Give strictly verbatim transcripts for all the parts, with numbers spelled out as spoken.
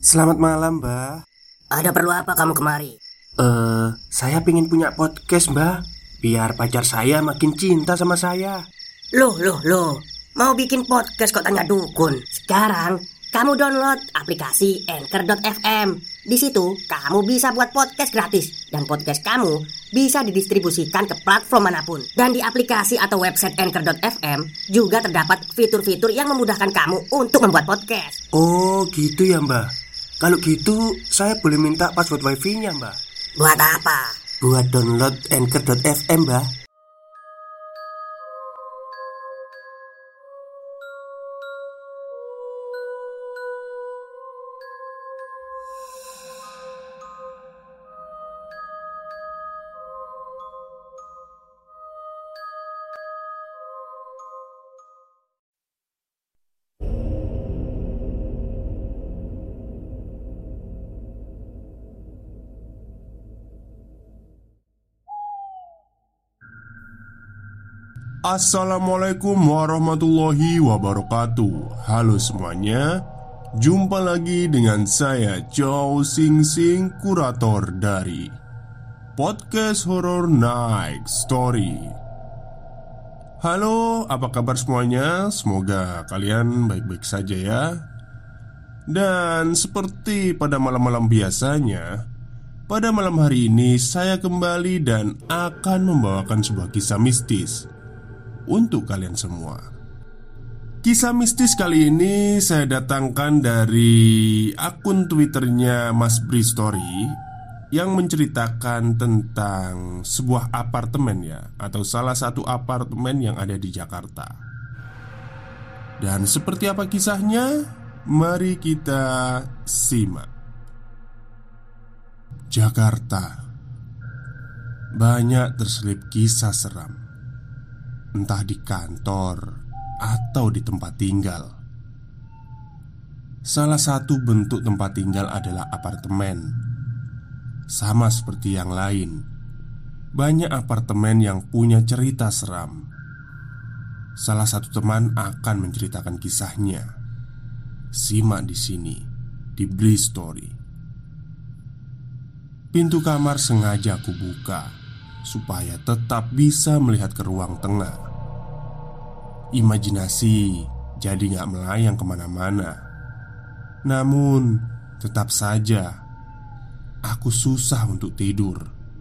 Selamat malam, Mbak. Ada perlu apa kamu kemari? Eh, saya pengen punya podcast, Mbak. Biar pacar saya makin cinta sama saya. Loh, loh, loh. Mau bikin podcast kok tanya dukun? Sekarang kamu download aplikasi Anchor dot f m. Di situ kamu bisa buat podcast gratis dan podcast kamu bisa didistribusikan ke platform manapun. Dan di aplikasi atau website Anchor dot f m juga terdapat fitur-fitur yang memudahkan kamu untuk membuat podcast. Oh, gitu ya, Mbak. Kalau gitu, saya boleh minta password wifi-nya, Mbak. Buat apa? Buat download Anchor dot f m, Mbak. Assalamualaikum warahmatullahi wabarakatuh. Halo semuanya, jumpa lagi dengan saya Chow Sing Sing, kurator dari Podcast Horror Night Story. Halo, apa kabar semuanya? Semoga kalian baik-baik saja ya. Dan seperti pada malam-malam biasanya, pada malam hari ini saya kembali dan akan membawakan sebuah kisah mistis untuk kalian semua. Kisah mistis kali ini saya datangkan dari akun Twitternya Mas Bri Story, yang menceritakan tentang sebuah apartemen ya, atau salah satu apartemen yang ada di Jakarta. Dan seperti apa kisahnya? Mari kita simak. Jakarta, banyak terselip kisah seram, entah di kantor atau di tempat tinggal. Salah satu bentuk tempat tinggal adalah apartemen. Sama seperti yang lain, banyak apartemen yang punya cerita seram. Salah satu teman akan menceritakan kisahnya. Simak di sini, di Bli Story. Pintu kamar sengaja aku buka supaya tetap bisa melihat ke ruang tengah. Imajinasi jadi gak melayang kemana-mana. Namun tetap saja aku susah untuk tidur.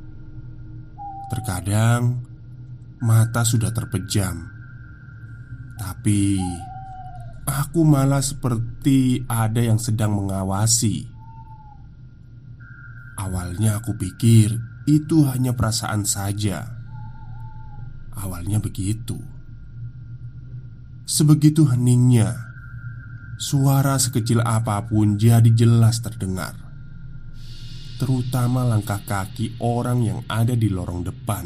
Terkadang mata sudah terpejam, tapi aku malah seperti ada yang sedang mengawasi. Awalnya aku pikir itu hanya perasaan saja. Awalnya begitu. Sebegitu heningnya, suara sekecil apapun jadi jelas terdengar, terutama langkah kaki orang yang ada di lorong depan.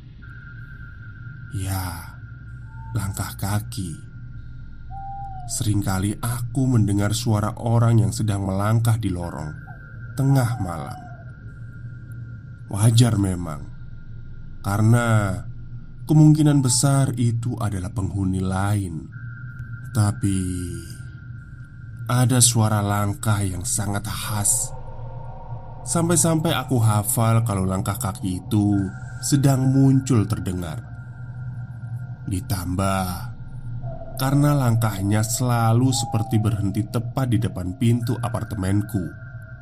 Ya, langkah kaki. Seringkali aku mendengar suara orang yang sedang melangkah di lorong tengah malam. Wajar memang, karena kemungkinan besar itu adalah penghuni lain. Tapi ada suara langkah yang sangat khas. Sampai-sampai aku hafal kalau langkah kaki itu sedang muncul terdengar. Ditambah karena langkahnya selalu seperti berhenti tepat di depan pintu apartemenku.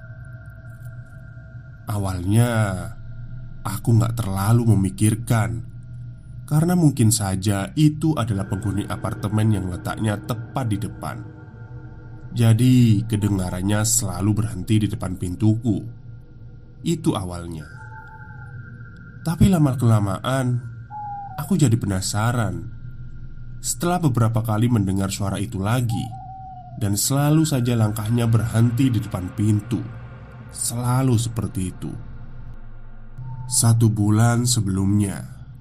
Awalnya aku gak terlalu memikirkan, karena mungkin saja itu adalah penghuni apartemen yang letaknya tepat di depan. Jadi kedengarannya selalu berhenti di depan pintuku. Itu awalnya. Tapi lama-kelamaan aku jadi penasaran. Setelah beberapa kali mendengar suara itu lagi, dan selalu saja langkahnya berhenti di depan pintu. Selalu seperti itu. Satu bulan sebelumnya.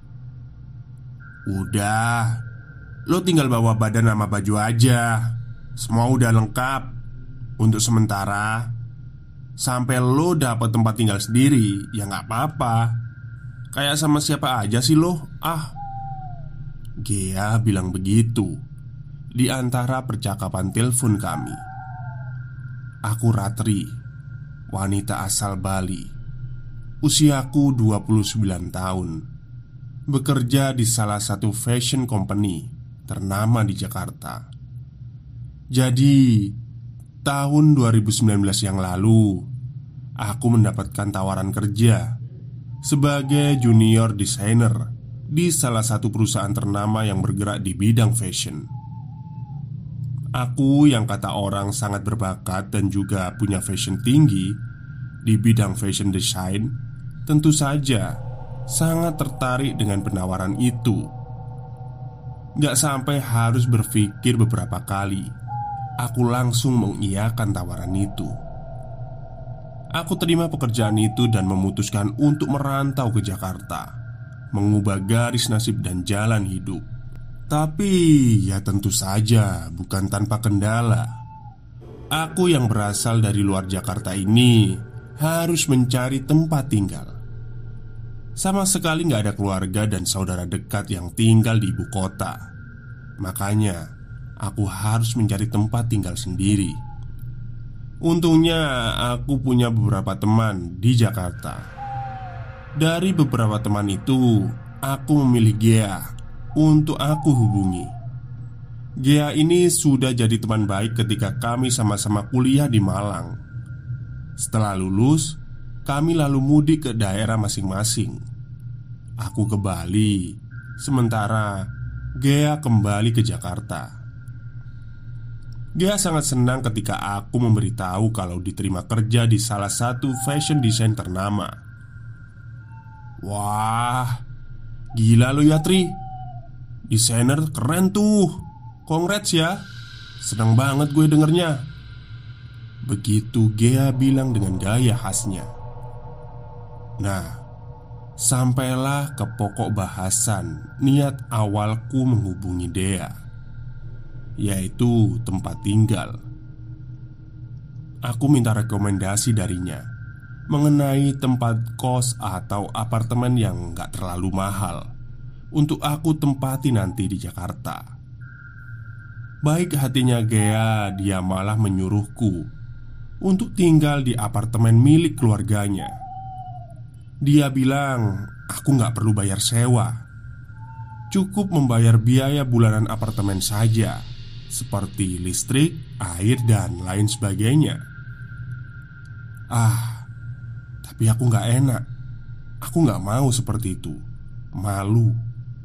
Udah, lo tinggal bawa badan sama baju aja. Semua udah lengkap. Untuk sementara, sampai lo dapet tempat tinggal sendiri, ya gak apa-apa. Kayak sama siapa aja sih lo. Ah, Gea bilang begitu di antara percakapan telepon kami. Aku Ratri, wanita asal Bali. Usiaku dua puluh sembilan tahun. Bekerja di salah satu fashion company ternama di Jakarta. Jadi, tahun dua ribu sembilan belas yang lalu, aku mendapatkan tawaran kerja sebagai junior designer di salah satu perusahaan ternama yang bergerak di bidang fashion. Aku yang kata orang sangat berbakat dan juga punya fashion tinggi di bidang fashion design, tentu saja sangat tertarik dengan penawaran itu. Gak sampai harus berpikir beberapa kali, aku langsung mengiyakan tawaran itu. Aku terima pekerjaan itu dan memutuskan untuk merantau ke Jakarta, mengubah garis nasib dan jalan hidup. Tapi ya tentu saja bukan tanpa kendala. Aku yang berasal dari luar Jakarta ini harus mencari tempat tinggal. Sama sekali gak ada keluarga dan saudara dekat yang tinggal di ibu kota. Makanya aku harus mencari tempat tinggal sendiri. Untungnya aku punya beberapa teman di Jakarta. Dari beberapa teman itu, aku memilih Gea untuk aku hubungi. Gea ini sudah jadi teman baik ketika kami sama-sama kuliah di Malang. Setelah lulus, kami lalu mudik ke daerah masing-masing. Aku ke Bali, sementara Gea kembali ke Jakarta. Gea sangat senang ketika aku memberitahu kalau diterima kerja di salah satu fashion design ternama. Wah, gila lo ya Tri, desainer keren tuh. Congrats ya, senang banget gue dengernya. Begitu Gea bilang dengan gaya khasnya. Nah, sampailah ke pokok bahasan niat awalku menghubungi Dea, yaitu tempat tinggal. Aku minta rekomendasi darinya mengenai tempat kos atau apartemen yang gak terlalu mahal untuk aku tempati nanti di Jakarta. Baik hatinya Gea, dia malah menyuruhku untuk tinggal di apartemen milik keluarganya. Dia bilang aku gak perlu bayar sewa, cukup membayar biaya bulanan apartemen saja, seperti listrik, air, dan lain sebagainya. Ah, tapi aku gak enak. Aku gak mau seperti itu. Malu.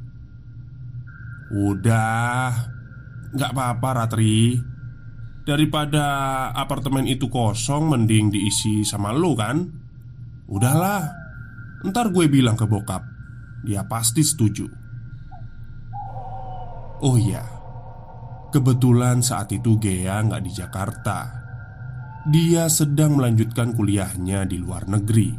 Udah, gak apa-apa Ratri. Daripada apartemen itu kosong, mending diisi sama lo kan. Udahlah, ntar gue bilang ke bokap. Dia pasti setuju. Oh iya, kebetulan saat itu Gea nggak di Jakarta. Dia sedang melanjutkan kuliahnya di luar negeri.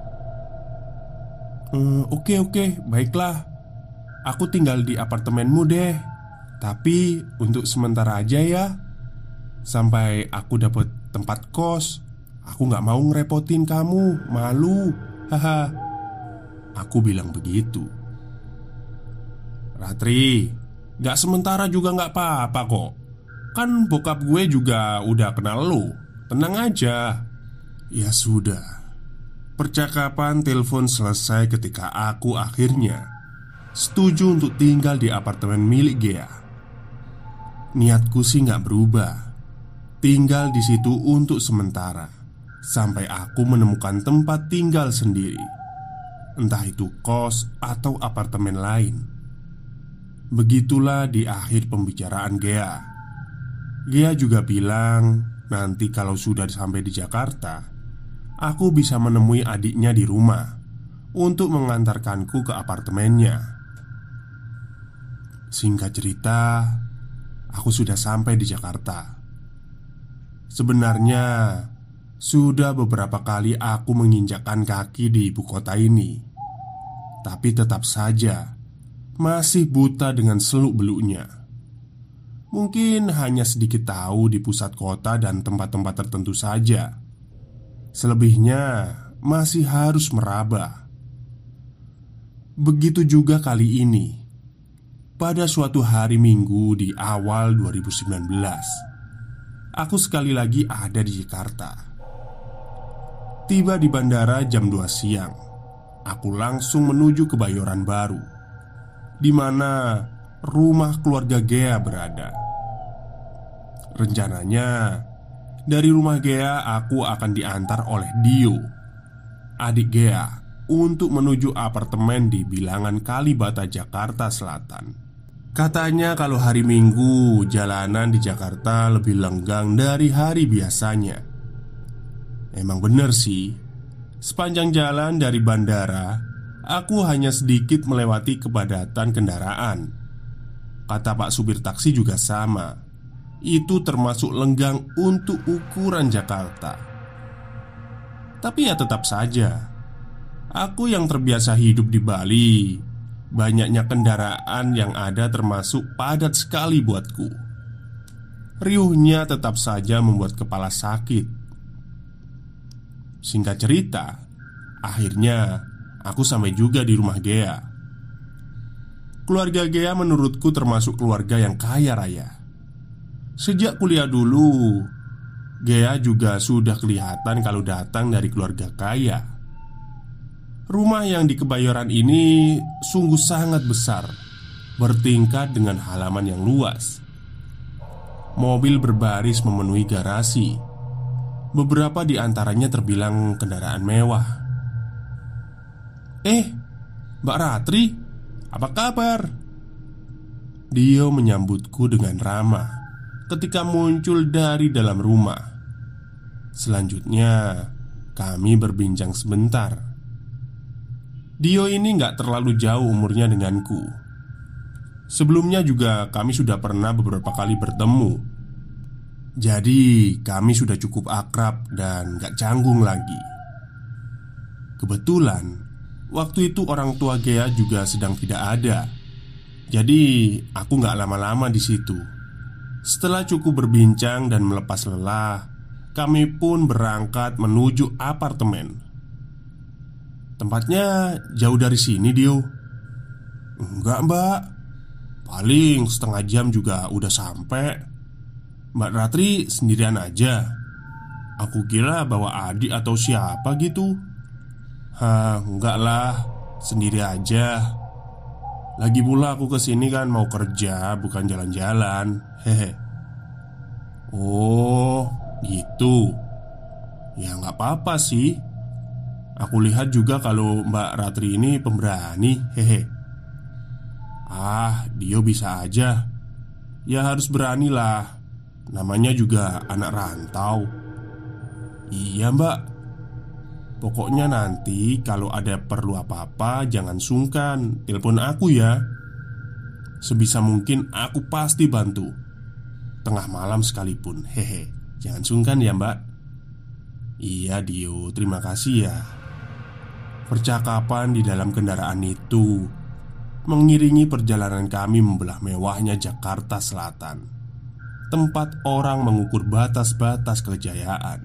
ehm, Oke oke, baiklah. Aku tinggal di apartemenmu deh. Tapi untuk sementara aja ya, sampai aku dapet tempat kos. Aku gak mau ngerepotin kamu, malu. Haha. Aku bilang begitu. Ratri, gak sementara juga gak apa-apa kok. Kan bokap gue juga udah kenal lo. Tenang aja. Ya sudah. Percakapan telepon selesai ketika aku akhirnya setuju untuk tinggal di apartemen milik Gea. Niatku sih gak berubah, tinggal di situ untuk sementara sampai aku menemukan tempat tinggal sendiri, entah itu kos atau apartemen lain. Begitulah di akhir pembicaraan Gea. Gea juga bilang nanti kalau sudah sampai di Jakarta, aku bisa menemui adiknya di rumah untuk mengantarkanku ke apartemennya. Singkat cerita, aku sudah sampai di Jakarta. Sebenarnya sudah beberapa kali aku menginjakkan kaki di ibu kota ini, tapi tetap saja masih buta dengan seluk-beluknya. Mungkin hanya sedikit tahu di pusat kota dan tempat-tempat tertentu saja. Selebihnya masih harus meraba. Begitu juga kali ini. Pada suatu hari Minggu di awal dua ribu sembilan belas, aku sekali lagi ada di Jakarta. Tiba di bandara jam dua siang. Aku langsung menuju ke Kebayoran Baru, di mana rumah keluarga Gea berada. Rencananya, dari rumah Gea aku akan diantar oleh Dio, adik Gea, untuk menuju apartemen di Bilangan Kalibata, Jakarta Selatan. Katanya kalau hari Minggu jalanan di Jakarta lebih lenggang dari hari biasanya. Emang bener sih. Sepanjang jalan dari bandara, aku hanya sedikit melewati kepadatan kendaraan. Kata Pak supir taksi juga sama. Itu termasuk lenggang untuk ukuran Jakarta. Tapi ya tetap saja, aku yang terbiasa hidup di Bali, banyaknya kendaraan yang ada termasuk padat sekali buatku. Riuhnya tetap saja membuat kepala sakit. Singkat cerita, akhirnya aku sampai juga di rumah Gea. Keluarga Gea menurutku termasuk keluarga yang kaya raya. Sejak kuliah dulu, Gea juga sudah kelihatan kalau datang dari keluarga kaya. Rumah yang di Kebayoran ini sungguh sangat besar, bertingkat dengan halaman yang luas. Mobil berbaris memenuhi garasi. Beberapa di antaranya terbilang kendaraan mewah. "Eh, Mbak Ratri, apa kabar?" Dio menyambutku dengan ramah ketika muncul dari dalam rumah. Selanjutnya, kami berbincang sebentar. Dio ini gak terlalu jauh umurnya denganku. Sebelumnya juga kami sudah pernah beberapa kali bertemu. Jadi kami sudah cukup akrab dan gak canggung lagi. Kebetulan waktu itu orang tua Gea juga sedang tidak ada. Jadi aku gak lama-lama di situ. Setelah cukup berbincang dan melepas lelah, kami pun berangkat menuju apartemen. Tempatnya jauh dari sini, Dio. "Enggak, Mbak. Paling setengah jam juga udah sampai. Mbak Ratri sendirian aja. Aku kira bawa adik atau siapa gitu." "Hah, enggak lah, sendiri aja. Lagi pula aku kesini kan mau kerja, bukan jalan-jalan. Hehe." "Oh, gitu. Ya nggak apa-apa sih. Aku lihat juga kalau Mbak Ratri ini pemberani. Hehe." "Ah, Dio bisa aja. Ya harus berani lah. Namanya juga anak rantau." "Iya, Mbak. Pokoknya nanti kalau ada perlu apa-apa jangan sungkan, telepon aku ya. Sebisa mungkin aku pasti bantu. Tengah malam sekalipun. Hehe. Jangan sungkan ya, Mbak." "Iya, Dio, terima kasih ya." Percakapan di dalam kendaraan itu mengiringi perjalanan kami membelah mewahnya Jakarta Selatan, tempat orang mengukur batas-batas kejayaan.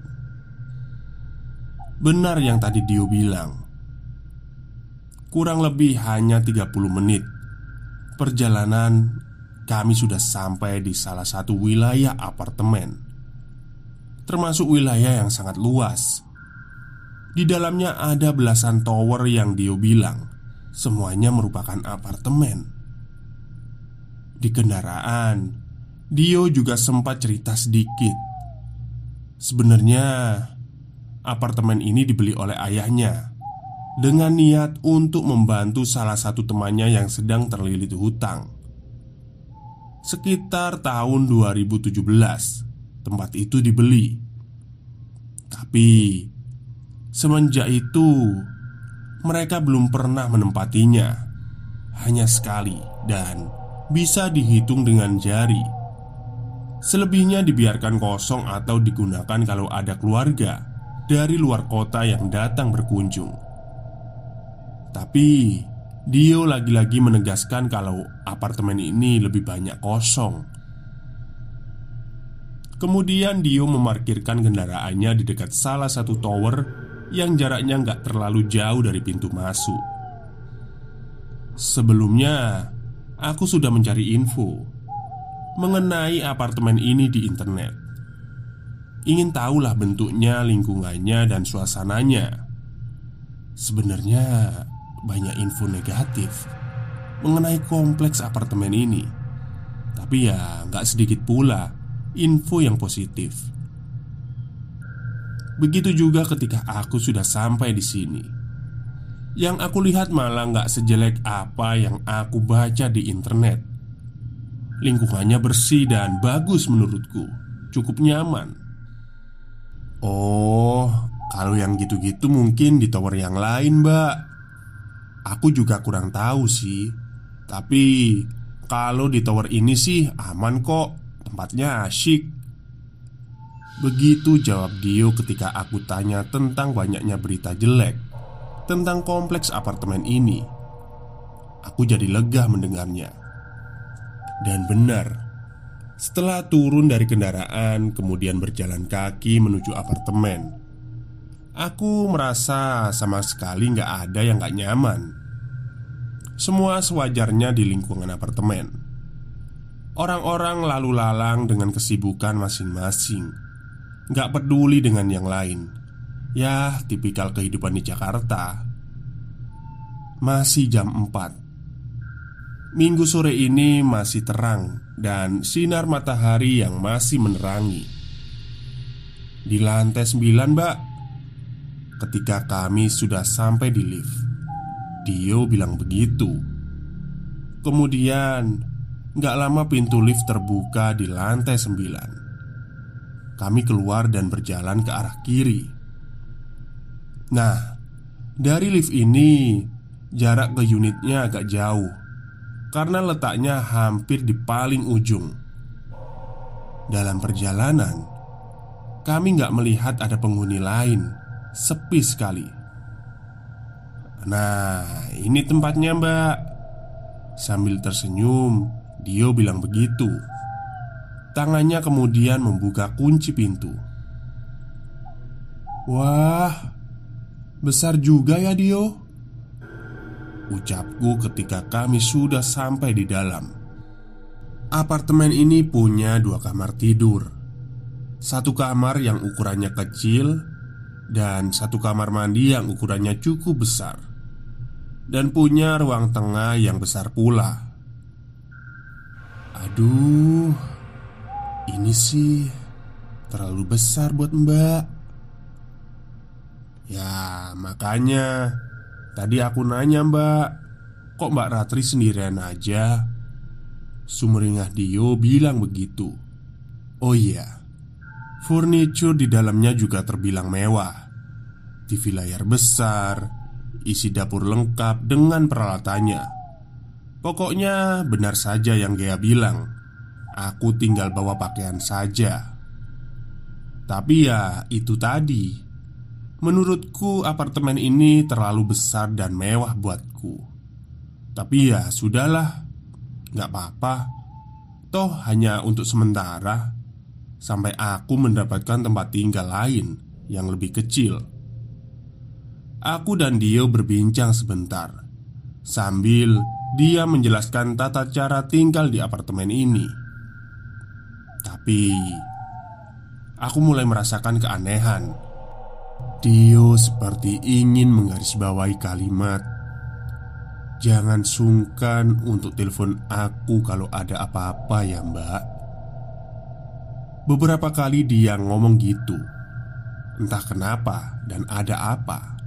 Benar yang tadi Dio bilang. Kurang lebih hanya tiga puluh menit perjalanan, kami sudah sampai di salah satu wilayah apartemen. Termasuk wilayah yang sangat luas. Di dalamnya ada belasan tower yang Dio bilang semuanya merupakan apartemen. Di kendaraan, Dio juga sempat cerita sedikit. Sebenarnya apartemen ini dibeli oleh ayahnya dengan niat untuk membantu salah satu temannya yang sedang terlilit hutang. Sekitar tahun dua ribu tujuh belas tempat itu dibeli. Tapi semenjak itu mereka belum pernah menempatinya. Hanya sekali dan bisa dihitung dengan jari. Selebihnya dibiarkan kosong atau digunakan kalau ada keluarga dari luar kota yang datang berkunjung. Tapi Dio lagi-lagi menegaskan kalau apartemen ini lebih banyak kosong. Kemudian Dio memarkirkan kendaraannya di dekat salah satu tower yang jaraknya nggak terlalu jauh dari pintu masuk. Sebelumnya, aku sudah mencari info mengenai apartemen ini di internet. Ingin tahulah bentuknya, lingkungannya, dan suasananya. Sebenarnya banyak info negatif mengenai kompleks apartemen ini, tapi ya nggak sedikit pula info yang positif. Begitu juga ketika aku sudah sampai di sini. Yang aku lihat malah nggak sejelek apa yang aku baca di internet. Lingkungannya bersih dan bagus menurutku, cukup nyaman. Oh, kalau yang gitu-gitu mungkin di tower yang lain, Mbak. Aku juga kurang tahu sih. Tapi kalau di tower ini sih aman kok, tempatnya asyik. Begitu jawab Dio ketika aku tanya tentang banyaknya berita jelek tentang kompleks apartemen ini. Aku jadi lega mendengarnya. Dan benar, setelah turun dari kendaraan kemudian berjalan kaki menuju apartemen, aku merasa sama sekali gak ada yang gak nyaman. Semua sewajarnya di lingkungan apartemen. Orang-orang lalu lalang dengan kesibukan masing-masing, gak peduli dengan yang lain. Ya, tipikal kehidupan di Jakarta. Masih jam empat. Minggu sore ini masih terang dan sinar matahari yang masih menerangi. Di lantai sembilan, Mbak. Ketika kami sudah sampai di lift, Dio bilang begitu. Kemudian gak lama pintu lift terbuka di lantai sembilan. Kami keluar dan berjalan ke arah kiri. Nah, dari lift ini jarak ke unitnya agak jauh karena letaknya hampir di paling ujung. Dalam perjalanan, kami gak melihat ada penghuni lain. Sepi sekali. Nah, ini tempatnya, Mbak. Sambil tersenyum, Dio bilang begitu. Tangannya kemudian membuka kunci pintu. Wah, besar juga ya, Dio, ucapku ketika kami sudah sampai di dalam. Apartemen ini punya dua kamar tidur. Satu kamar yang ukurannya kecil dan satu kamar mandi yang ukurannya cukup besar, dan punya ruang tengah yang besar pula. Aduh, ini sih terlalu besar buat Mbak. Ya, makanya tadi aku nanya, Mbak, kok Mbak Ratri sendirian aja? Sumringah Dio bilang begitu. Oh iya, furniture di dalamnya juga terbilang mewah. T V layar besar, isi dapur lengkap dengan peralatannya. Pokoknya benar saja yang Gea bilang. Aku tinggal bawa pakaian saja. Tapi ya itu tadi, menurutku apartemen ini terlalu besar dan mewah buatku. Tapi ya sudahlah, gak apa-apa. Toh hanya untuk sementara, sampai aku mendapatkan tempat tinggal lain yang lebih kecil. Aku dan Dio berbincang sebentar, sambil dia menjelaskan tata cara tinggal di apartemen ini. Tapi aku mulai merasakan keanehan. Dio seperti ingin menggarisbawahi kalimat, "Jangan sungkan untuk telepon aku kalau ada apa-apa ya, Mbak." Beberapa kali dia ngomong gitu. Entah kenapa dan ada apa.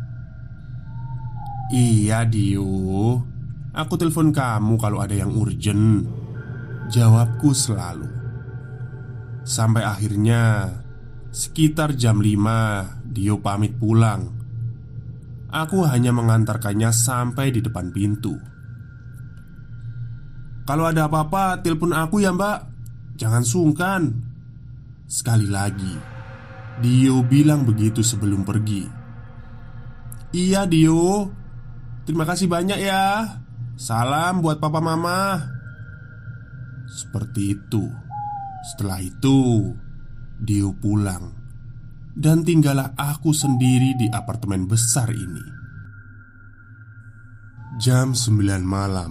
"Iya, Dio, aku telepon kamu kalau ada yang urgent," jawabku selalu. Sampai akhirnya sekitar jam lima Dio pamit pulang. Aku hanya mengantarkannya sampai di depan pintu. "Kalau ada apa-apa telepon aku ya, Mbak. Jangan sungkan," sekali lagi Dio bilang begitu sebelum pergi. "Iya, Dio. Terima kasih banyak ya. Salam buat papa mama." Seperti itu. Setelah itu Dio pulang, dan tinggallah aku sendiri di apartemen besar ini. Jam sembilan malam.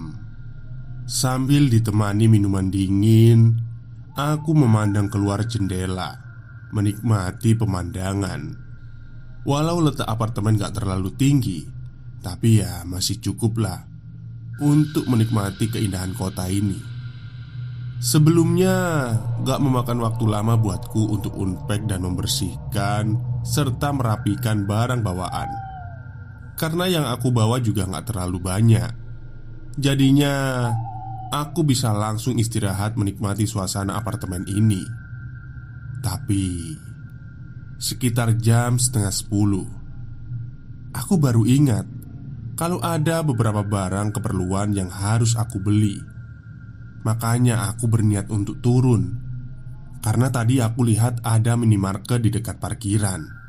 Sambil ditemani minuman dingin, aku memandang keluar jendela menikmati pemandangan. Walau letak apartemen gak terlalu tinggi, tapi ya masih cukup lah untuk menikmati keindahan kota ini. Sebelumnya gak memakan waktu lama buatku untuk unpack dan membersihkan serta merapikan barang bawaan. Karena yang aku bawa juga gak terlalu banyak. Jadinya aku bisa langsung istirahat menikmati suasana apartemen ini. Tapi sekitar jam setengah sepuluh, aku baru ingat kalau ada beberapa barang keperluan yang harus aku beli. Makanya aku berniat untuk turun, karena tadi aku lihat ada minimarket di dekat parkiran.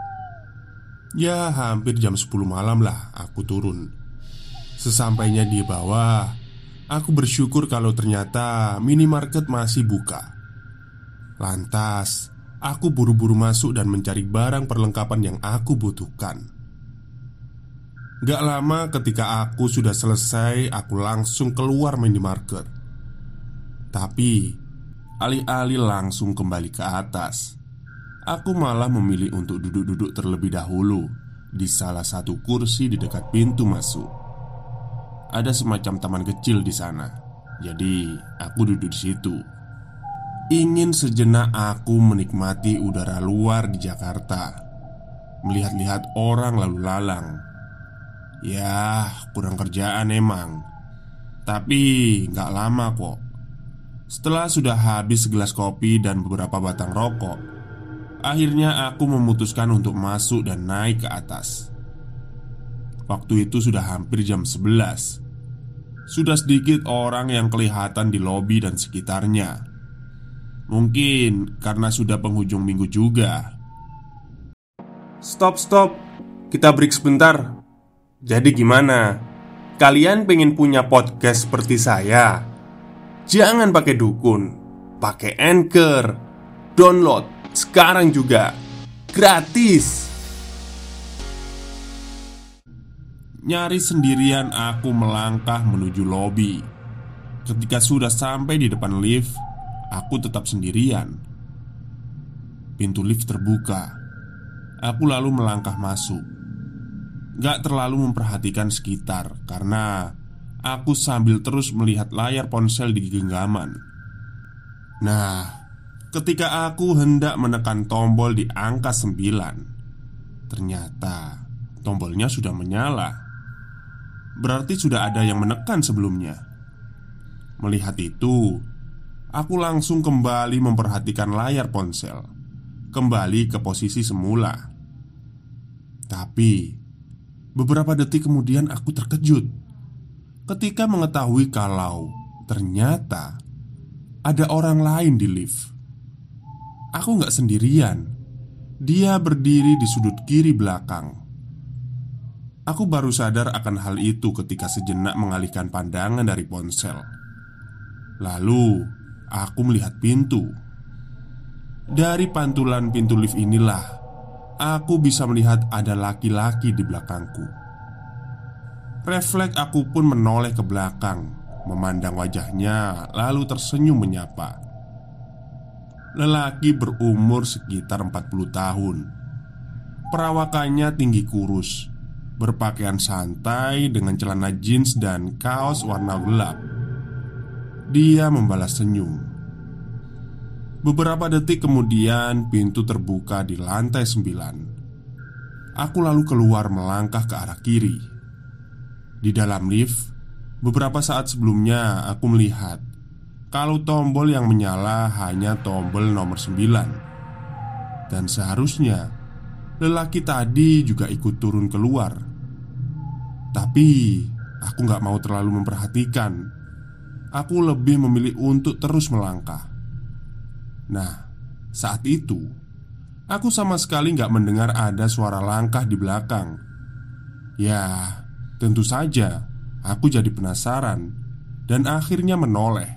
Ya hampir jam sepuluh malam lah aku turun. Sesampainya di bawah, aku bersyukur kalau ternyata minimarket masih buka. Lantas aku buru-buru masuk dan mencari barang perlengkapan yang aku butuhkan. Gak lama ketika aku sudah selesai, aku langsung keluar minimarket. Tapi alih-alih langsung kembali ke atas, aku malah memilih untuk duduk-duduk terlebih dahulu di salah satu kursi di dekat pintu masuk. Ada semacam taman kecil di sana, jadi aku duduk di situ. Ingin sejenak aku menikmati udara luar di Jakarta, melihat-lihat orang lalu lalang. Ya, kurang kerjaan emang. Tapi gak lama kok. Setelah sudah habis segelas kopi dan beberapa batang rokok, akhirnya aku memutuskan untuk masuk dan naik ke atas. Waktu itu sudah hampir jam sebelas. Sudah sedikit orang yang kelihatan di lobi dan sekitarnya. Mungkin karena sudah penghujung minggu juga. Stop, stop. Kita break sebentar. Jadi gimana? Kalian pengen punya podcast seperti saya? Jangan pakai dukun, pakai Anchor. Download sekarang juga, gratis. Nyaris sendirian aku melangkah menuju lobi. Ketika sudah sampai di depan lift, aku tetap sendirian. Pintu lift terbuka. Aku lalu melangkah masuk. Gak terlalu memperhatikan sekitar karena aku sambil terus melihat layar ponsel di genggaman. Nah, ketika aku hendak menekan tombol di angka sembilan, ternyata tombolnya sudah menyala. Berarti sudah ada yang menekan sebelumnya. Melihat itu, aku langsung kembali memperhatikan layar ponsel, kembali ke posisi semula. Tapi beberapa detik kemudian aku terkejut ketika mengetahui kalau ternyata ada orang lain di lift. Aku gak sendirian. Dia berdiri di sudut kiri belakang. Aku baru sadar akan hal itu ketika sejenak mengalihkan pandangan dari ponsel. Lalu aku melihat pintu. Dari pantulan pintu lift inilah aku bisa melihat ada laki-laki di belakangku. Refleks aku pun menoleh ke belakang, memandang wajahnya, lalu tersenyum menyapa. Lelaki berumur sekitar empat puluh tahun. Perawakannya tinggi kurus, berpakaian santai dengan celana jeans dan kaos warna gelap. Dia membalas senyum. Beberapa detik kemudian pintu terbuka di lantai sembilan. Aku lalu keluar melangkah ke arah kiri. Di dalam lift, beberapa saat sebelumnya aku melihat kalau tombol yang menyala hanya tombol nomor sembilan. Dan seharusnya lelaki tadi juga ikut turun keluar. Tapi aku gak mau terlalu memperhatikan. Aku lebih memilih untuk terus melangkah. Nah, saat itu aku sama sekali gak mendengar ada suara langkah di belakang. Ya, tentu saja aku jadi penasaran dan akhirnya menoleh.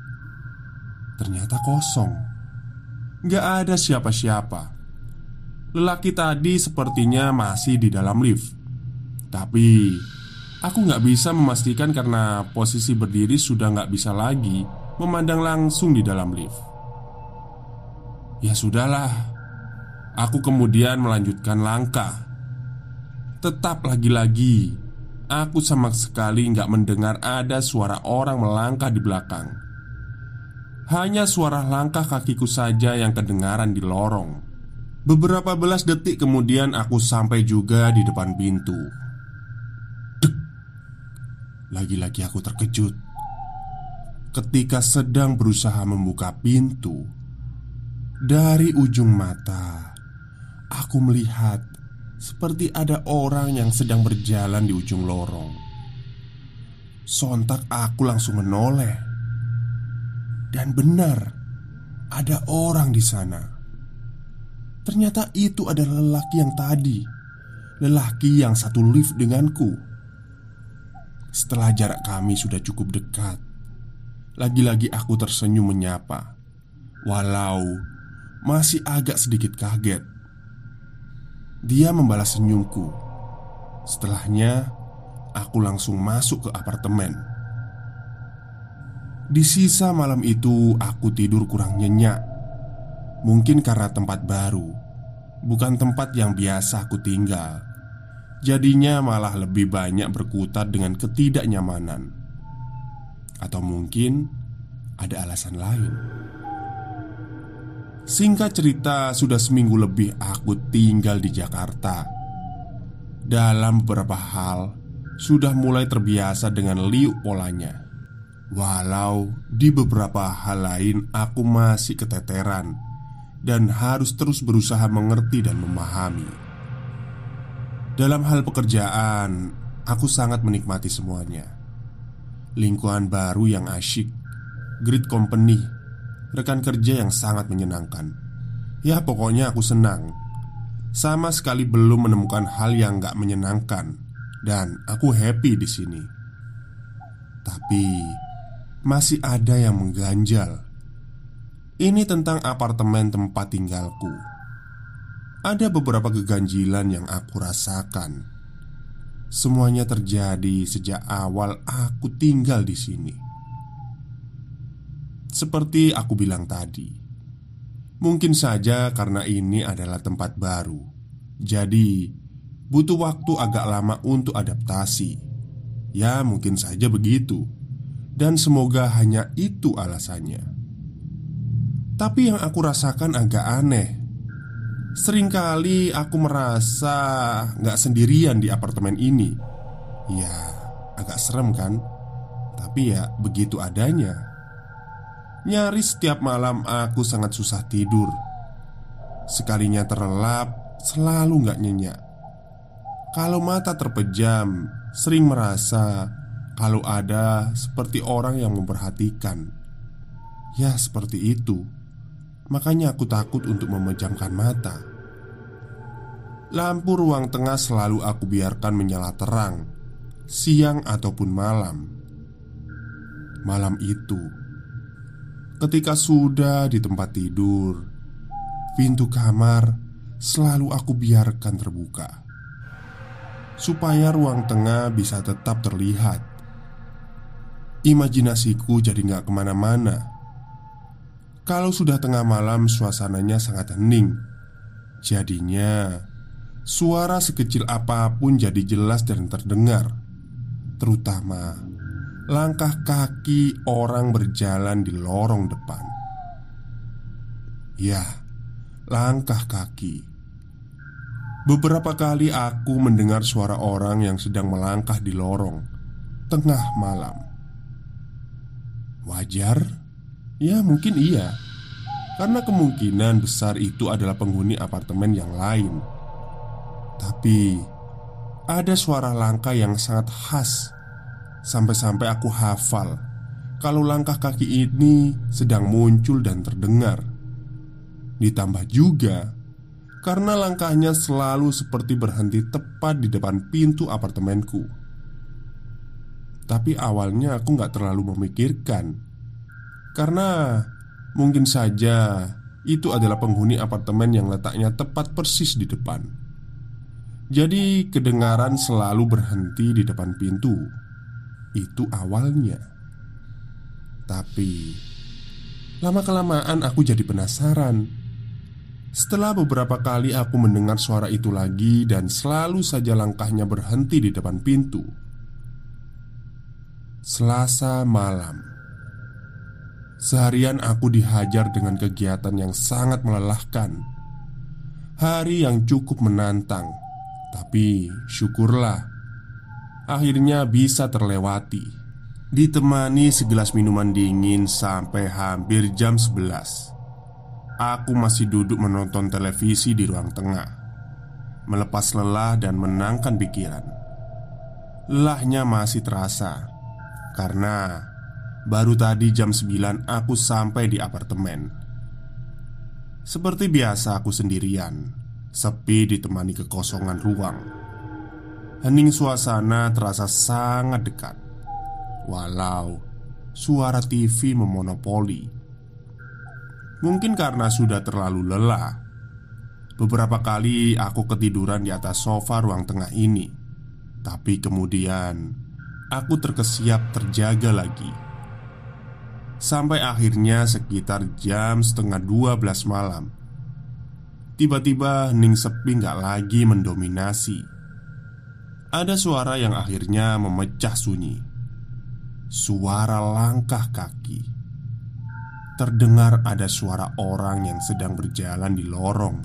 Ternyata kosong. Gak ada siapa-siapa. Lelaki tadi sepertinya masih di dalam lift. Tapi aku gak bisa memastikan karena posisi berdiri sudah gak bisa lagi memandang langsung di dalam lift. Ya sudahlah, aku kemudian melanjutkan langkah. Tetap lagi-lagi aku sama sekali nggak mendengar ada suara orang melangkah di belakang. Hanya suara langkah kakiku saja yang kedengaran di lorong. Beberapa belas detik kemudian aku sampai juga di depan pintu. Dek. Lagi-lagi aku terkejut ketika sedang berusaha membuka pintu. Dari ujung mata aku melihat seperti ada orang yang sedang berjalan di ujung lorong. Sontak aku langsung menoleh. Dan benar, ada orang di sana. Ternyata itu adalah lelaki yang tadi, lelaki yang satu lift denganku. Setelah jarak kami sudah cukup dekat, lagi-lagi aku tersenyum menyapa, walau masih agak sedikit kaget. Dia membalas senyumku. Setelahnya, aku langsung masuk ke apartemen. Di sisa malam itu, aku tidur kurang nyenyak. Mungkin karena tempat baru, bukan tempat yang biasa aku tinggal. Jadinya malah lebih banyak berkutat dengan ketidaknyamanan. Atau mungkin ada alasan lain. Singkat cerita, sudah seminggu lebih aku tinggal di Jakarta. Dalam beberapa hal, sudah mulai terbiasa dengan liuk polanya. Walau di beberapa hal lain aku masih keteteran dan harus terus berusaha mengerti dan memahami. Dalam hal pekerjaan, aku sangat menikmati semuanya. Lingkungan baru yang asyik, great company, rekan kerja yang sangat menyenangkan. Ya pokoknya aku senang. Sama sekali belum menemukan hal yang gak menyenangkan. Dan aku happy di sini. Tapi masih ada yang mengganjal. Ini tentang apartemen tempat tinggalku. Ada beberapa keganjilan yang aku rasakan. Semuanya terjadi sejak awal aku tinggal di sini. Seperti aku bilang tadi, mungkin saja karena ini adalah tempat baru, jadi butuh waktu agak lama untuk adaptasi. Ya mungkin saja begitu. Dan semoga hanya itu alasannya. Tapi yang aku rasakan agak aneh. Seringkali aku merasa gak sendirian di apartemen ini. Ya agak serem kan? Tapi ya begitu adanya. Nyaris setiap malam aku sangat susah tidur. Sekalinya terlelap, selalu gak nyenyak. Kalau mata terpejam, sering merasa kalau ada seperti orang yang memperhatikan. Ya seperti itu. Makanya aku takut untuk memejamkan mata. Lampu ruang tengah selalu aku biarkan menyala terang, siang ataupun malam. Malam itu, ketika sudah di tempat tidur, pintu kamar selalu aku biarkan terbuka supaya ruang tengah bisa tetap terlihat. Imajinasiku jadi gak kemana-mana. Kalau sudah tengah malam suasananya sangat hening. Jadinya suara sekecil apapun jadi jelas dan terdengar. Terutama langkah kaki orang berjalan di lorong depan. Ya, langkah kaki. Beberapa kali aku mendengar suara orang yang sedang melangkah di lorong tengah malam. Wajar? Ya mungkin iya. Karena kemungkinan besar itu adalah penghuni apartemen yang lain. Tapi ada suara langkah yang sangat khas. Sampai-sampai aku hafal kalau langkah kaki ini sedang muncul dan terdengar. Ditambah juga karena langkahnya selalu seperti berhenti tepat di depan pintu apartemenku. Tapi awalnya aku gak terlalu memikirkan, karena mungkin saja itu adalah penghuni apartemen yang letaknya tepat persis di depan. Jadi kedengaran selalu berhenti di depan pintu. Itu awalnya. Tapi lama-kelamaan aku jadi penasaran. Setelah beberapa kali aku mendengar suara itu lagi dan selalu saja langkahnya berhenti di depan pintu. Selasa malam. Seharian aku dihajar dengan kegiatan yang sangat melelahkan. Hari yang cukup menantang, tapi syukurlah akhirnya bisa terlewati. Ditemani segelas minuman dingin sampai hampir jam sebelas. Aku masih duduk menonton televisi di ruang tengah, melepas lelah dan menenangkan pikiran. Lelahnya masih terasa karena baru tadi jam sembilan aku sampai di apartemen. Seperti biasa aku sendirian, sepi ditemani kekosongan ruang. Hening suasana terasa sangat dekat, walau suara T V memonopoli. Mungkin karena sudah terlalu lelah, beberapa kali aku ketiduran di atas sofa ruang tengah ini. Tapi kemudian aku terkesiap terjaga lagi. Sampai akhirnya sekitar jam setengah dua belas malam, tiba-tiba hening sepi gak lagi mendominasi. Ada suara yang akhirnya memecah sunyi. Suara langkah kaki. Terdengar ada suara orang yang sedang berjalan di lorong.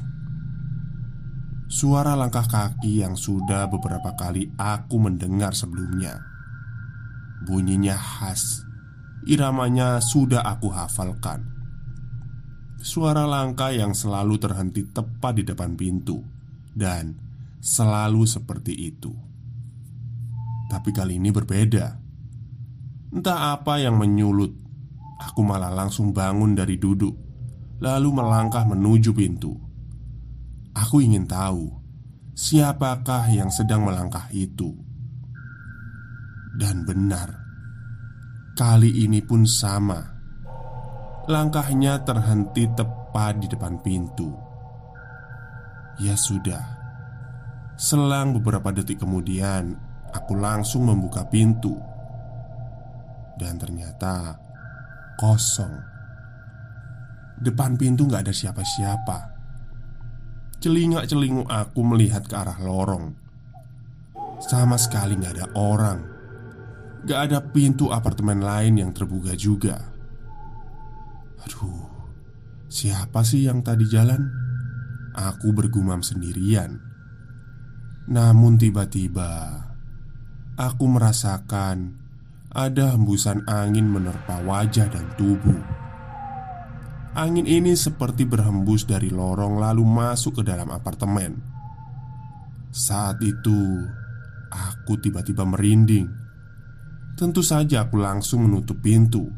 Suara langkah kaki yang sudah beberapa kali aku mendengar sebelumnya. Bunyinya khas, iramanya sudah aku hafalkan. Suara langkah yang selalu terhenti tepat di depan pintu, dan selalu seperti itu. Tapi kali ini berbeda. Entah apa yang menyulut, aku malah langsung bangun dari duduk, lalu melangkah menuju pintu. Aku ingin tahu siapakah yang sedang melangkah itu. Dan benar, kali ini pun sama. Langkahnya terhenti tepat di depan pintu. Ya sudah. Selang beberapa detik kemudian, aku langsung membuka pintu. Dan ternyata kosong. Depan pintu gak ada siapa-siapa. Celingak-celinguk aku melihat ke arah lorong. Sama sekali gak ada orang. Gak ada pintu apartemen lain yang terbuka juga. Aduh, siapa sih yang tadi jalan? Aku bergumam sendirian. Namun tiba-tiba aku merasakan ada hembusan angin menerpa wajah dan tubuh. Angin ini seperti berhembus dari lorong lalu masuk ke dalam apartemen. Saat itu aku tiba-tiba merinding. Tentu saja aku langsung menutup pintu.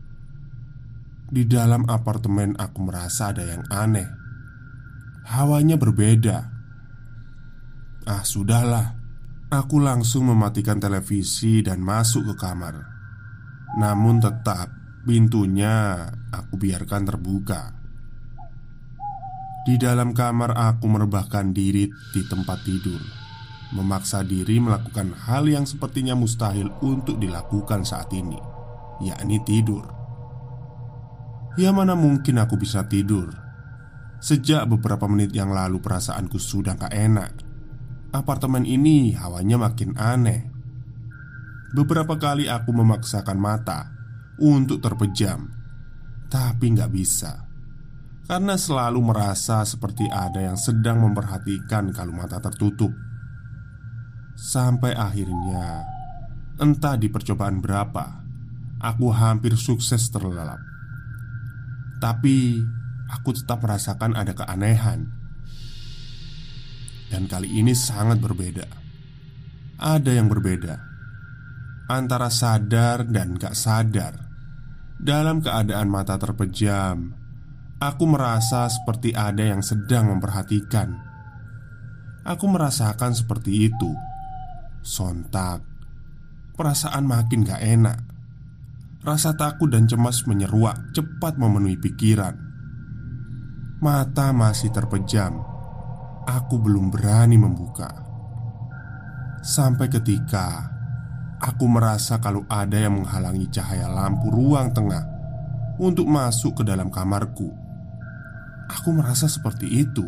Di dalam apartemen aku merasa ada yang aneh. Hawanya berbeda. Ah, sudahlah. Aku langsung mematikan televisi dan masuk ke kamar. Namun tetap pintunya aku biarkan terbuka. Di dalam kamar aku merebahkan diri di tempat tidur, memaksa diri melakukan hal yang sepertinya mustahil untuk dilakukan saat ini, yakni tidur. Ya mana mungkin aku bisa tidur. Sejak beberapa menit yang lalu perasaanku sudah gak enak. Apartemen ini hawanya makin aneh. Beberapa kali aku memaksakan mata untuk terpejam, tapi gak bisa. Karena selalu merasa seperti ada yang sedang memperhatikan kalau mata tertutup. Sampai akhirnya, entah di percobaan berapa, aku hampir sukses terlelap. Tapi aku tetap merasakan ada keanehan. Dan kali ini sangat berbeda. Ada yang berbeda antara sadar dan gak sadar. Dalam keadaan mata terpejam, aku merasa seperti ada yang sedang memperhatikan. Aku merasakan seperti itu. Sontak, perasaan makin gak enak. Rasa takut dan cemas menyeruak cepat memenuhi pikiran. Mata masih terpejam. Aku belum berani membuka. Sampai ketika aku merasa kalau ada yang menghalangi cahaya lampu ruang tengah untuk masuk ke dalam kamarku. Aku merasa seperti itu,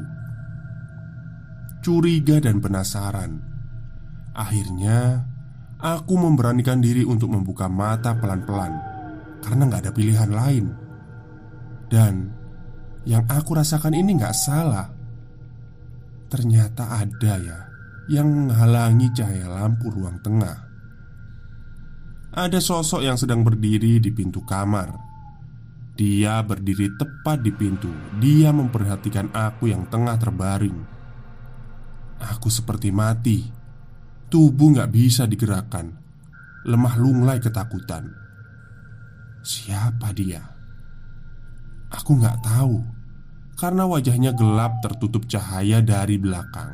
curiga dan penasaran. Akhirnya aku memberanikan diri untuk membuka mata pelan-pelan karena gak ada pilihan lain. Dan yang aku rasakan ini gak salah. Ternyata ada ya yang menghalangi cahaya lampu ruang tengah. Ada sosok yang sedang berdiri di pintu kamar. Dia berdiri tepat di pintu. Dia memperhatikan aku yang tengah terbaring. Aku seperti mati. Tubuh gak bisa digerakkan. Lemah lunglai ketakutan. Siapa dia? Aku gak tahu, karena wajahnya gelap tertutup cahaya dari belakang.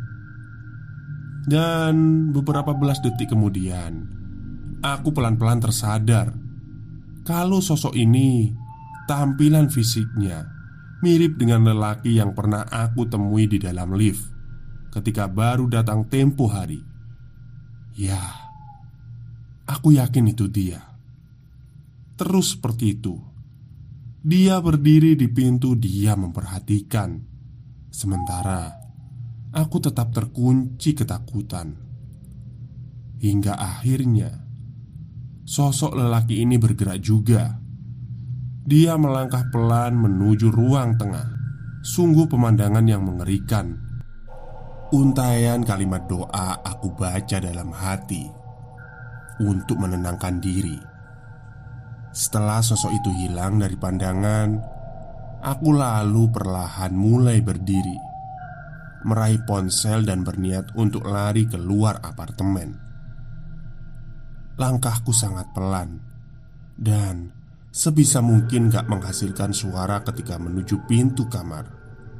Dan beberapa belas detik kemudian, aku pelan-pelan tersadar kalau sosok ini, tampilan fisiknya mirip dengan lelaki yang pernah aku temui di dalam lift ketika baru datang tempo hari. Ya, aku yakin itu dia. Terus seperti itu, dia berdiri di pintu, dia memperhatikan. Sementara aku tetap terkunci ketakutan. Hingga akhirnya sosok lelaki ini bergerak juga. Dia melangkah pelan menuju ruang tengah. Sungguh pemandangan yang mengerikan. Untaian kalimat doa aku baca dalam hati untuk menenangkan diri. Setelah sosok itu hilang dari pandangan, aku lalu perlahan mulai berdiri, meraih ponsel dan berniat untuk lari keluar apartemen. Langkahku sangat pelan dan sebisa mungkin gak menghasilkan suara ketika menuju pintu kamar.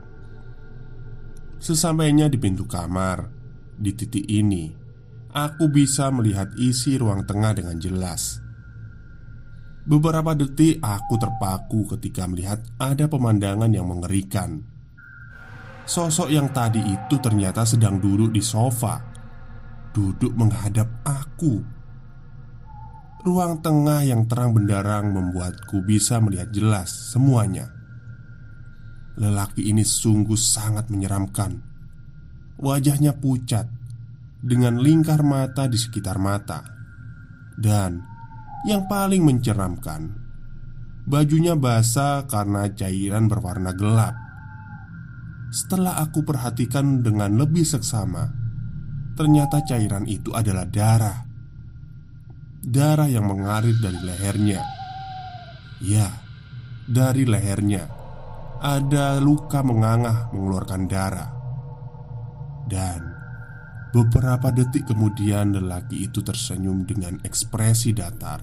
Sesampainya di pintu kamar, di titik ini aku bisa melihat isi ruang tengah dengan jelas. Beberapa detik aku terpaku ketika melihat ada pemandangan yang mengerikan. Sosok yang tadi itu ternyata sedang duduk di sofa, duduk menghadap aku. Ruang tengah yang terang benderang membuatku bisa melihat jelas semuanya. Lelaki ini sungguh sangat menyeramkan. Wajahnya pucat dengan lingkar mata di sekitar mata. Dan yang paling menceramkan, bajunya basah karena cairan berwarna gelap. Setelah aku perhatikan dengan lebih seksama, ternyata cairan itu adalah darah. Darah yang mengalir dari lehernya. Ya, dari lehernya ada luka mengangah mengeluarkan darah. Dan beberapa detik kemudian lelaki itu tersenyum dengan ekspresi datar.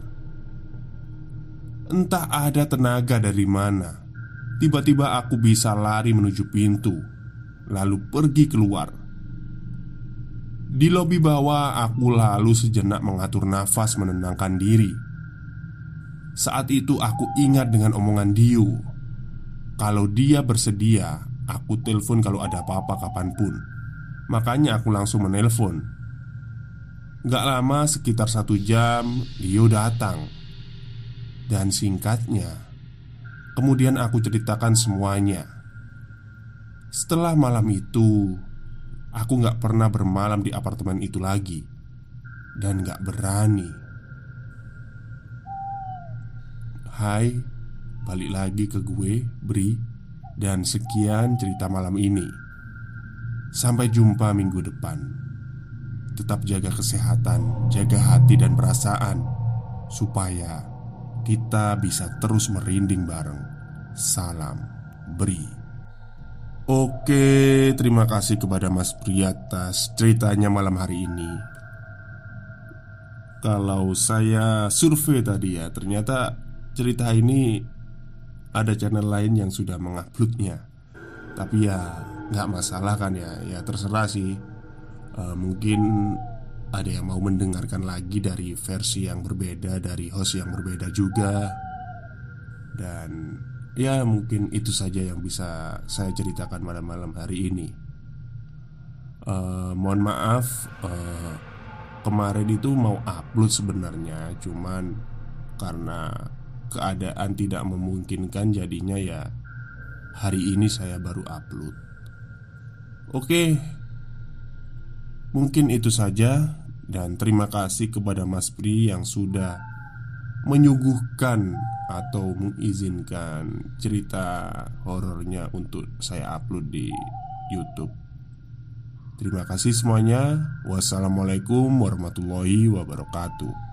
Entah ada tenaga dari mana, tiba-tiba aku bisa lari menuju pintu, lalu pergi keluar. Di lobi bawah aku lalu sejenak mengatur nafas menenangkan diri. Saat itu aku ingat dengan omongan Diu. Kalau dia bersedia, aku telepon kalau ada apa-apa kapanpun. Makanya aku langsung menelpon. Gak lama, sekitar satu jam, Dio datang. Dan singkatnya, kemudian aku ceritakan semuanya. Setelah malam itu, aku gak pernah bermalam di apartemen itu lagi. Dan gak berani. Hai, balik lagi ke gue, Bri. Dan sekian cerita malam ini. Sampai jumpa minggu depan. Tetap jaga kesehatan, jaga hati dan perasaan, supaya kita bisa terus merinding bareng. Salam Bri. Oke, terima kasih kepada Mas Bri atas ceritanya malam hari ini. Kalau saya survei tadi ya, ternyata cerita ini ada channel lain yang sudah menguploadnya. Tapi ya nggak masalah kan ya, ya terserah sih. e, Mungkin ada yang mau mendengarkan lagi dari versi yang berbeda, dari host yang berbeda juga. Dan ya mungkin itu saja yang bisa saya ceritakan malam-malam hari ini. e, Mohon maaf, e, kemarin itu mau upload sebenarnya, cuman karena keadaan tidak memungkinkan, jadinya ya hari ini saya baru upload. Oke, mungkin itu saja. Dan terima kasih kepada Mas Pri yang sudah menyuguhkan atau mengizinkan cerita horornya untuk saya upload di YouTube. Terima kasih semuanya. Wassalamualaikum warahmatullahi wabarakatuh.